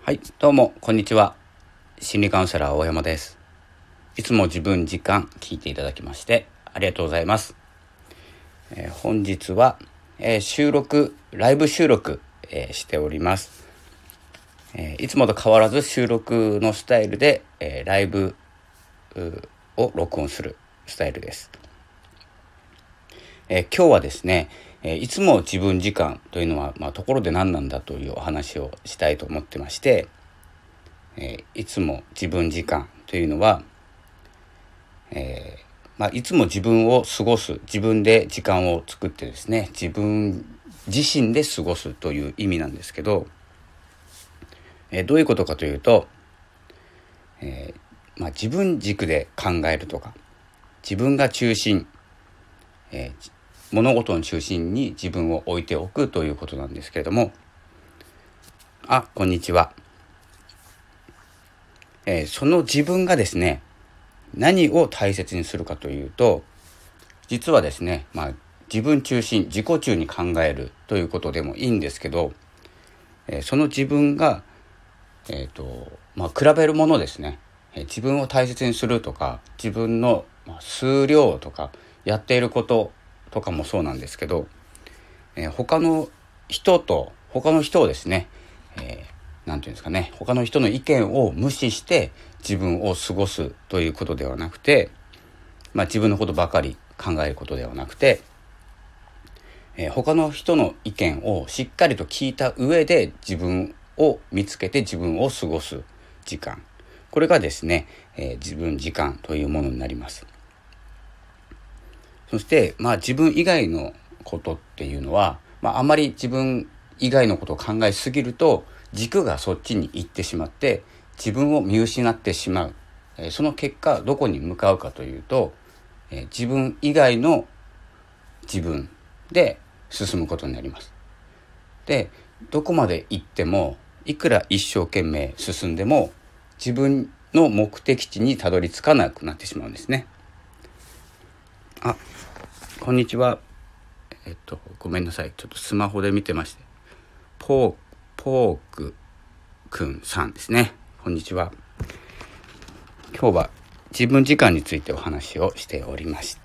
はい、どうもこんにちは。心理カウンセラー大山です。いつも自分時間聞いていただきましてありがとうございます。本日は、ライブ収録、しております。いつもと変わらず収録のスタイルで、ライブを録音するスタイルです。今日はですね、いつも自分時間というのは、ところで何なんだというお話をしたいと思ってまして、いつも自分時間というのは、いつも自分を過ごす、自分で時間を作ってですね、自分自身で過ごすという意味なんですけど、どういうことかというと、自分軸で考えるとか、自分が中心、物事の中心に自分を置いておくということなんですけれども、こんにちは。その自分がですね、何を大切にするかというと、実はですね、自分中心、自己中に考えるということでもいいんですけど、その自分が、比べるものですね、自分を大切にするとか、自分の数量とか、やっていることとかもそうなんですけど、他の人をですね、なんていうんですかね、他の人の意見を無視して自分を過ごすということではなくて、自分のことばかり考えることではなくて、他の人の意見をしっかりと聞いた上で自分を見つけて自分を過ごす時間、これがですね、自分時間というものになります。そして、自分以外のことっていうのは、あまり自分以外のことを考えすぎると軸がそっちに行ってしまって自分を見失ってしまう。その結果どこに向かうかというと、自分以外の自分で進むことになります。で、どこまで行ってもいくら一生懸命進んでも自分の目的地にたどり着かなくなってしまうんですね。こんにちは。ごめんなさい。ちょっとスマホで見てまして。ポークくんさんですね。こんにちは。今日は自分時間についてお話をしておりました。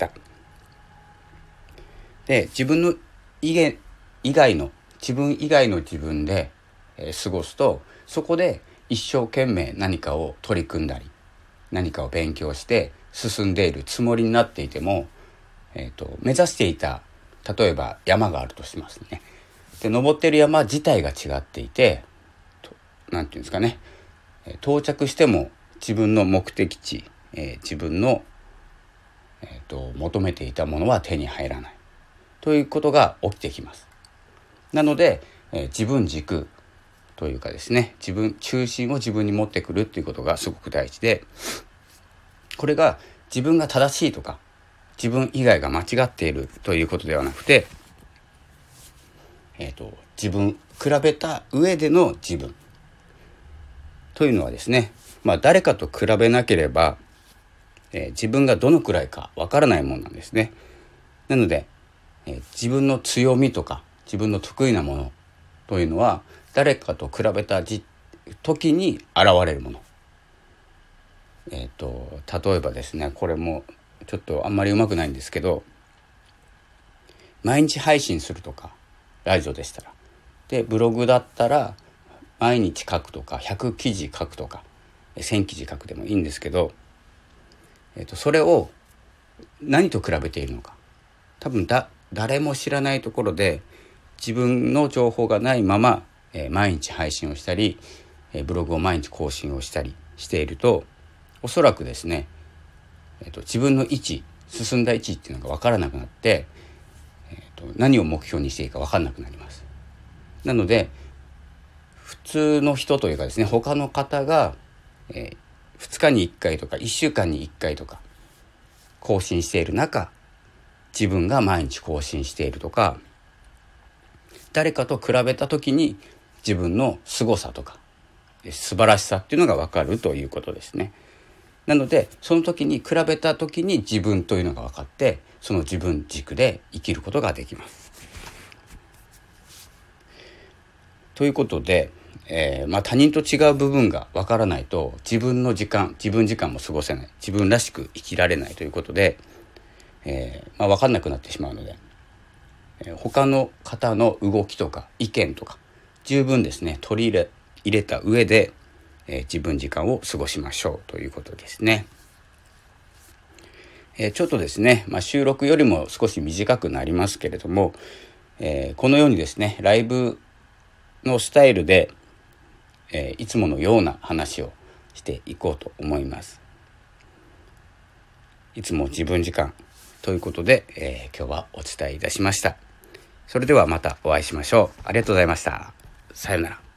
で、自分以外の自分で、過ごすと、そこで一生懸命何かを取り組んだり、何かを勉強して進んでいるつもりになっていても、目指していた、例えば山があるとしますね。で、登っている山自体が違っていて、なんていうんですかね、到着しても自分の目的地、自分の、求めていたものは手に入らないということが起きてきます。なので、自分軸というかですね、自分中心を自分に持ってくるっていうことがすごく大事で、これが自分が正しいとか自分以外が間違っているということではなくて、自分比べた上での自分というのはですね、誰かと比べなければ、自分がどのくらいかわからないものなんですね。なので、自分の強みとか自分の得意なものというのは誰かと比べた時に現れるもの。例えばですね、これもちょっとあんまりうまくないんですけど、毎日配信するとか、ラジオでしたら、でブログだったら毎日書くとか100記事書くとか1000記事書くでもいいんですけど、それを何と比べているのか、多分誰も知らないところで自分の情報がないまま、毎日配信をしたり、ブログを毎日更新をしたりしていると、おそらくですね、自分の進んだ位置っていうのが分からなくなって、何を目標にしていいか分からなくなります。なので普通の人というかですね、他の方が、2日に1回とか1週間に1回とか更新している中、自分が毎日更新しているとか、誰かと比べた時に自分の凄さとか素晴らしさっていうのが分かるということですね。なのでその時に比べた時に自分というのが分かって、その自分軸で生きることができます。ということで、 他人と違う部分がわからないと自分時間も過ごせない、自分らしく生きられないということで、分かんなくなってしまうので、他の方の動きとか意見とか十分ですね取り入れた上で、自分時間を過ごしましょうということですね。ちょっとですね、収録よりも少し短くなりますけれども、このようにですねライブのスタイルで、いつものような話をしていこうと思います。いつも自分時間ということで、今日はお伝えいたしました。それではまたお会いしましょう。ありがとうございました。さようなら。